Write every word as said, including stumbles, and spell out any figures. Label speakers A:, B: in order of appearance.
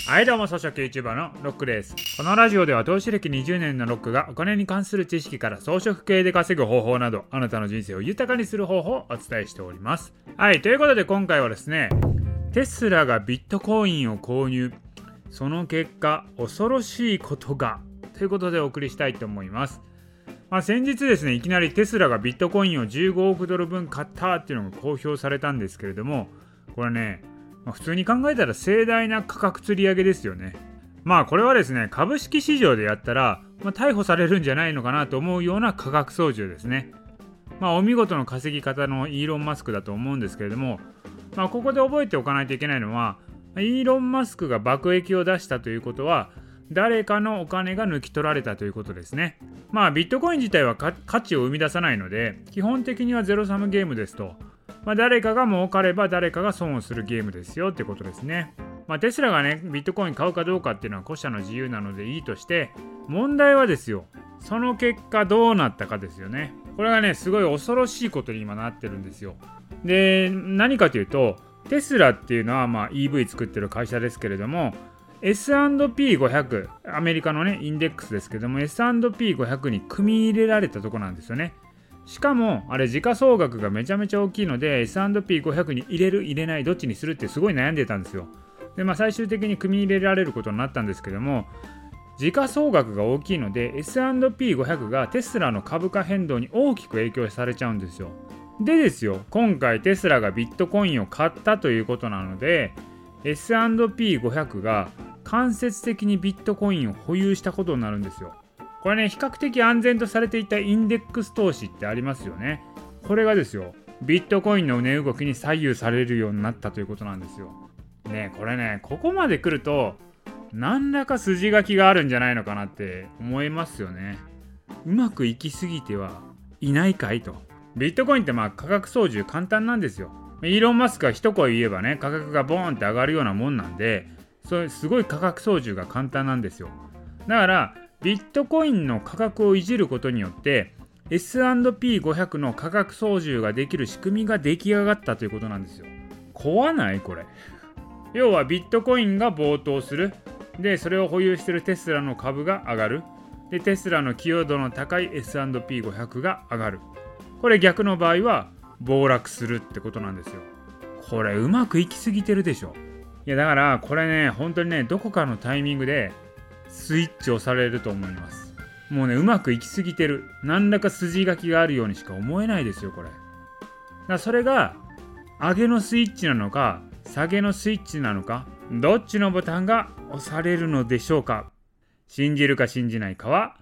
A: はいどうも、草食 YouTuber のロックです。このラジオでは投資歴にじゅうねんのロックがお金に関する知識から装飾系で稼ぐ方法など、あなたの人生を豊かにする方法をお伝えしております。はい、ということで今回はですね、テスラがビットコインを購入、その結果恐ろしいことがということでお送りしたいと思います。まあ、先日ですね、いきなりテスラがビットコインをじゅうごおくドル分買ったっていうのが公表されたんですけれども、これね、まあ、普通に考えたら盛大な価格釣り上げですよね。まあこれはですね、株式市場でやったら、まあ、逮捕されるんじゃないのかなと思うような価格操縦ですね。まあお見事の稼ぎ方のイーロン・マスクだと思うんですけれども、まあ、ここで覚えておかないといけないのは、イーロン・マスクが爆益を出したということは、誰かのお金が抜き取られたということですね。まあビットコイン自体は価値を生み出さないので、基本的にはゼロサムゲームですと。まあ、誰かが儲かれば誰かが損をするゲームですよってことですね。まあ、テスラがね、ビットコイン買うかどうかっていうのは個者の自由なのでいいとして、問題はですよ、その結果どうなったかですよね。これがね、すごい恐ろしいことに今なってるんですよ。で、何かというと、テスラっていうのはまあ イーブイ 作ってる会社ですけれども、エスアンドピーごひゃく、アメリカのね、インデックスですけども、エスアンドピーごひゃく に組み入れられたとこなんですよね。しかもあれ時価総額がめちゃめちゃ大きいので エスアンドピーごひゃく に入れる入れないどっちにするってすごい悩んでたんですよ。でまあ最終的に組み入れられることになったんですけども、時価総額が大きいので エスアンドピーごひゃく がテスラの株価変動に大きく影響されちゃうんですよ。でですよ、今回テスラがビットコインを買ったということなので エスアンドピーごひゃく が間接的にビットコインを保有したことになるんですよ。これね、比較的安全とされていたインデックス投資ってありますよね。これがですよ、ビットコインの値動きに左右されるようになったということなんですよ。ね、これね、ここまで来ると何らか筋書きがあるんじゃないのかなって思いますよね。うまくいきすぎてはいないかいと。ビットコインってまあ価格操縦簡単なんですよ。イーロン・マスクが一声言えばね、価格がボーンって上がるようなもんなんで、それすごい価格操縦が簡単なんですよ。だからビットコインの価格をいじることによって エスアンドピーごひゃく の価格操縦ができる仕組みが出来上がったということなんですよ。怖ないこれ。要はビットコインが暴騰する。で、それを保有しているテスラの株が上がる。で、テスラの寄与度の高い エスアンドピーごひゃく が上がる。これ逆の場合は暴落するってことなんですよ。これうまくいきすぎてるでしょ。いやだからこれね、本当にね、どこかのタイミングでスイッチをされると思います。もうね、うまくいきすぎてる。何らか筋書きがあるようにしか思えないですよこれ。だからそれが上げのスイッチなのか下げのスイッチなのか、どっちのボタンが押されるのでしょうか。信じるか信じないかは